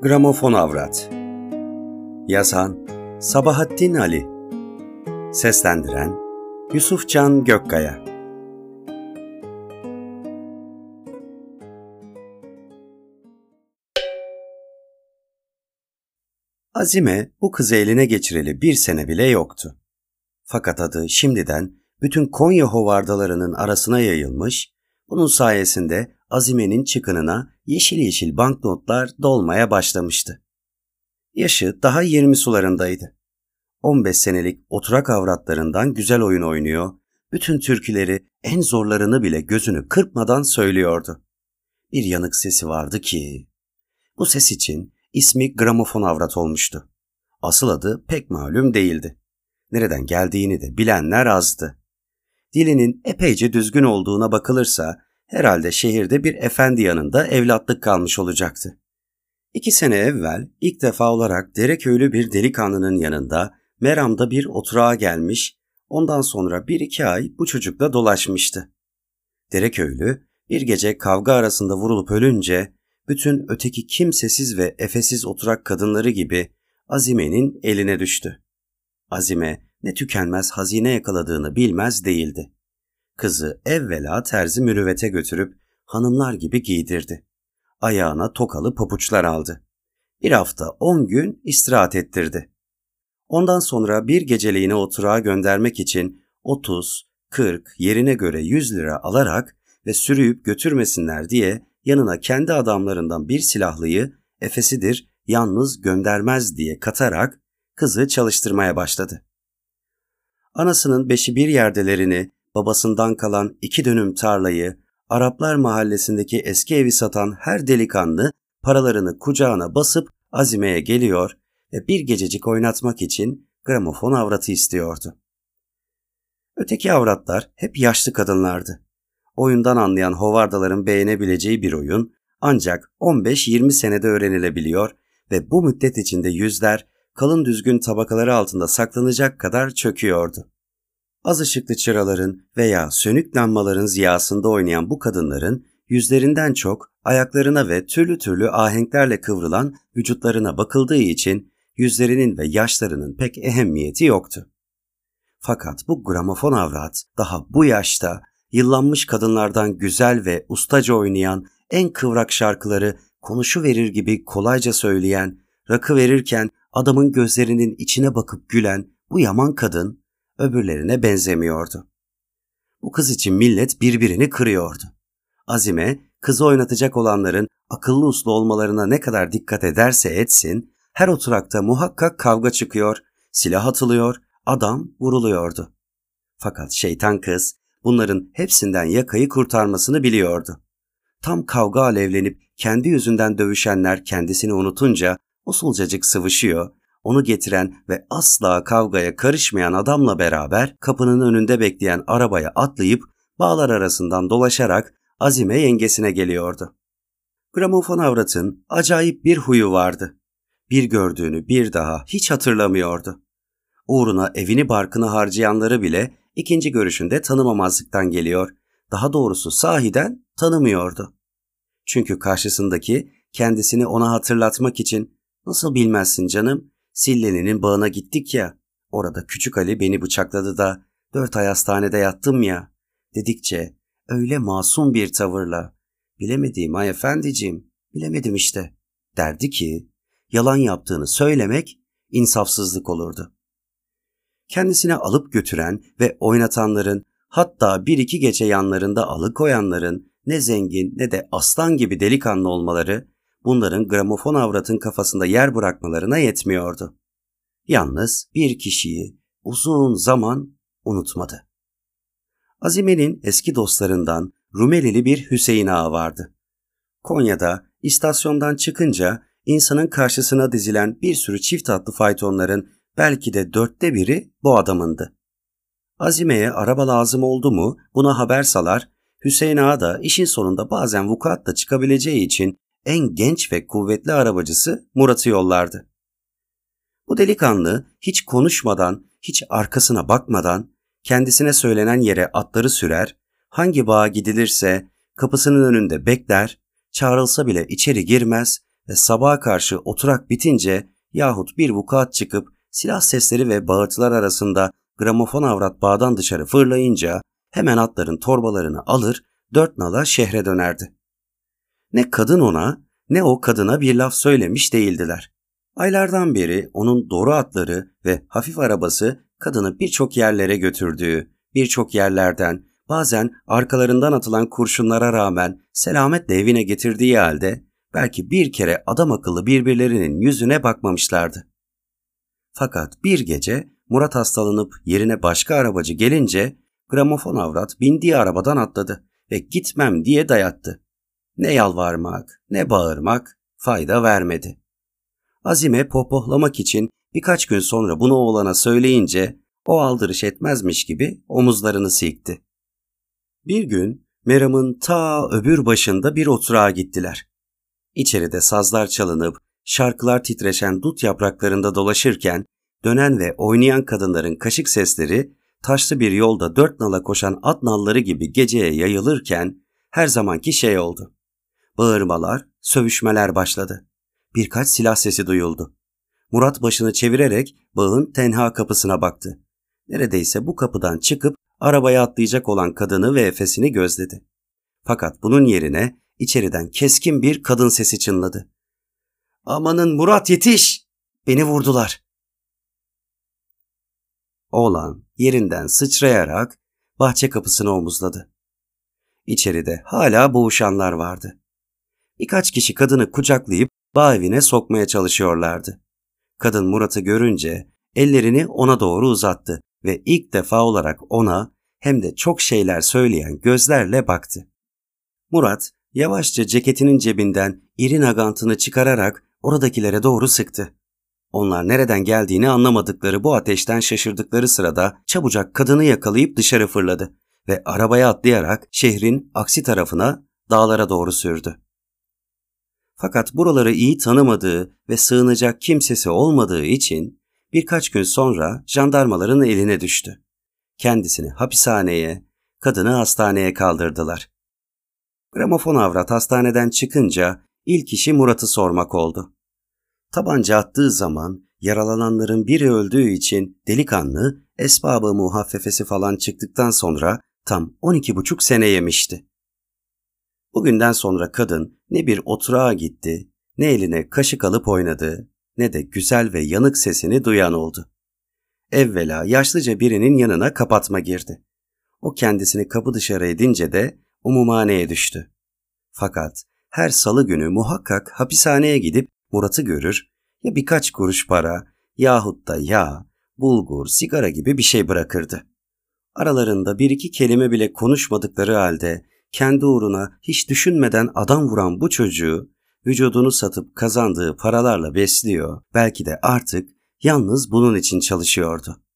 Gramofon Avrat. Yazan Sabahattin Ali. Seslendiren Yusufcan Gökkaya. Azime bu kızı eline geçireli 1 sene bile yoktu. Fakat adı şimdiden bütün Konya hovardalarının arasına yayılmış, bunun sayesinde Azime'nin çıkınına yeşil yeşil banknotlar dolmaya başlamıştı. Yaşı daha 20 sularındaydı. 15 senelik oturak avratlarından güzel oyun oynuyor, bütün türküleri, en zorlarını bile gözünü kırpmadan söylüyordu. Bir yanık sesi vardı ki, bu ses için ismi Gramofon Avrat olmuştu. Asıl adı pek malum değildi. Nereden geldiğini de bilenler azdı. Dilinin epeyce düzgün olduğuna bakılırsa, herhalde şehirde bir efendi yanında evlatlık kalmış olacaktı. 2 sene evvel ilk defa olarak Dereköylü bir delikanlının yanında Meram'da bir oturağa gelmiş, ondan sonra 1-2 ay bu çocukla dolaşmıştı. Dereköylü bir gece kavga arasında vurulup ölünce, bütün öteki kimsesiz ve efesiz oturak kadınları gibi Azime'nin eline düştü. Azime ne tükenmez hazine yakaladığını bilmez değildi. Kızı evvela terzi mürüvvete götürüp hanımlar gibi giydirdi. Ayağına tokalı pabuçlar aldı. 1 hafta 10 gün istirahat ettirdi. Ondan sonra bir geceliğine oturağa göndermek için 30, 40, yerine göre 100 lira alarak ve sürüyüp götürmesinler diye yanına kendi adamlarından bir silahlıyı efesidir yalnız göndermez diye katarak kızı çalıştırmaya başladı. Anasının 5'i bir yerdelerini, babasından kalan 2 dönüm tarlayı, Araplar mahallesindeki eski evi satan her delikanlı paralarını kucağına basıp Azime'ye geliyor ve bir gececik oynatmak için gramofon avratı istiyordu. Öteki avratlar hep yaşlı kadınlardı. Oyundan anlayan hovardaların beğenebileceği bir oyun ancak 15-20 senede öğrenilebiliyor ve bu müddet içinde yüzler kalın düzgün tabakaları altında saklanacak kadar çöküyordu. Az ışıklı çıraların veya sönük lambaların ziyasında oynayan bu kadınların yüzlerinden çok ayaklarına ve türlü türlü ahenklerle kıvrılan vücutlarına bakıldığı için yüzlerinin ve yaşlarının pek ehemmiyeti yoktu. Fakat bu gramofon avrat daha bu yaşta yıllanmış kadınlardan güzel ve ustaca oynayan, en kıvrak şarkıları konuşuverir gibi kolayca söyleyen, rakı verirken adamın gözlerinin içine bakıp gülen bu yaman kadın öbürlerine benzemiyordu. Bu kız için millet birbirini kırıyordu. Azime, kızı oynatacak olanların akıllı uslu olmalarına ne kadar dikkat ederse etsin, her oturakta muhakkak kavga çıkıyor, silah atılıyor, adam vuruluyordu. Fakat şeytan kız bunların hepsinden yakayı kurtarmasını biliyordu. Tam kavga alevlenip kendi yüzünden dövüşenler kendisini unutunca usulcacık sıvışıyor, onu getiren ve asla kavgaya karışmayan adamla beraber kapının önünde bekleyen arabaya atlayıp bağlar arasından dolaşarak Azime yengesine geliyordu. Gramofon avratın acayip bir huyu vardı. Bir gördüğünü bir daha hiç hatırlamıyordu. Uğruna evini barkını harcayanları bile ikinci görüşünde tanımamazlıktan geliyor, daha doğrusu sahiden tanımıyordu. Çünkü karşısındaki kendisini ona hatırlatmak için "Nasıl bilmezsin canım, Silleli'nin bağına gittik ya, orada Küçük Ali beni bıçakladı da 4 ay hastanede yattım ya" dedikçe öyle masum bir tavırla "Bilemediğim ay efendiciğim, bilemedim işte" derdi ki yalan yaptığını söylemek insafsızlık olurdu. Kendisine alıp götüren ve oynatanların, hatta 1-2 gece yanlarında alıkoyanların ne zengin ne de aslan gibi delikanlı olmaları, bunların gramofon avratın kafasında yer bırakmalarına yetmiyordu. Yalnız bir kişiyi uzun zaman unutmadı. Azime'nin eski dostlarından Rumelili bir Hüseyin Ağa vardı. Konya'da istasyondan çıkınca insanın karşısına dizilen bir sürü çift atlı faytonların belki de 4'te 1'i bu adamındı. Azime'ye araba lazım oldu mu buna haber salar, Hüseyin Ağa da işin sonunda bazen vukuat da çıkabileceği için en genç ve kuvvetli arabacısı Murat'ı yollardı. Bu delikanlı hiç konuşmadan, hiç arkasına bakmadan kendisine söylenen yere atları sürer, hangi bağa gidilirse kapısının önünde bekler, çağrılsa bile içeri girmez ve sabaha karşı oturak bitince yahut bir vukuat çıkıp silah sesleri ve bağırtılar arasında gramofon avrat bağdan dışarı fırlayınca hemen atların torbalarını alır, dört nala şehre dönerdi. Ne kadın ona ne o kadına bir laf söylemiş değildiler. Aylardan beri onun doğru atları ve hafif arabası kadını birçok yerlere götürdüğü, birçok yerlerden bazen arkalarından atılan kurşunlara rağmen selametle evine getirdiği halde belki bir kere adam akıllı birbirlerinin yüzüne bakmamışlardı. Fakat bir gece Murat hastalanıp yerine başka arabacı gelince gramofon avrat bindiği arabadan atladı ve gitmem diye dayattı. Ne yalvarmak, ne bağırmak fayda vermedi. Azime pohpohlamak için birkaç gün sonra bunu oğlana söyleyince o aldırış etmezmiş gibi omuzlarını silkti. Bir gün Meram'ın ta öbür başında bir oturağa gittiler. İçeride sazlar çalınıp şarkılar titreşen dut yapraklarında dolaşırken dönen ve oynayan kadınların kaşık sesleri taşlı bir yolda dört nala koşan at nalları gibi geceye yayılırken her zamanki şey oldu. Bağırmalar, sövüşmeler başladı. Birkaç silah sesi duyuldu. Murat başını çevirerek bağın tenha kapısına baktı. Neredeyse bu kapıdan çıkıp arabaya atlayacak olan kadını ve efesini gözledi. Fakat bunun yerine içeriden keskin bir kadın sesi çınladı. "Amanın Murat, yetiş! Beni vurdular." Oğlan yerinden sıçrayarak bahçe kapısını omuzladı. İçeride hala boğuşanlar vardı. Birkaç kişi kadını kucaklayıp bağ evine sokmaya çalışıyorlardı. Kadın Murat'ı görünce ellerini ona doğru uzattı ve ilk defa olarak ona hem de çok şeyler söyleyen gözlerle baktı. Murat yavaşça ceketinin cebinden iri nagantını çıkararak oradakilere doğru sıktı. Onlar nereden geldiğini anlamadıkları bu ateşten şaşırdıkları sırada çabucak kadını yakalayıp dışarı fırladı ve arabaya atlayarak şehrin aksi tarafına, dağlara doğru sürdü. Fakat buraları iyi tanımadığı ve sığınacak kimsesi olmadığı için birkaç gün sonra jandarmaların eline düştü. Kendisini hapishaneye, kadını hastaneye kaldırdılar. Gramofon avrat hastaneden çıkınca ilk işi Murat'ı sormak oldu. Tabanca attığı zaman yaralananların biri öldüğü için delikanlı esbabı muhaffefesi falan çıktıktan sonra tam 12,5 sene yemişti. Bugünden sonra kadın ne bir oturağa gitti, ne eline kaşık alıp oynadı, ne de güzel ve yanık sesini duyan oldu. Evvela yaşlıca birinin yanına kapatma girdi. O kendisini kapı dışarı edince de umumhaneye düştü. Fakat her salı günü muhakkak hapishaneye gidip Murat'ı görür, ya birkaç kuruş para yahut da yağ, bulgur, sigara gibi bir şey bırakırdı. Aralarında bir iki kelime bile konuşmadıkları halde kendi uğruna hiç düşünmeden adam vuran bu çocuğu vücudunu satıp kazandığı paralarla besliyor, belki de artık yalnız bunun için çalışıyordu.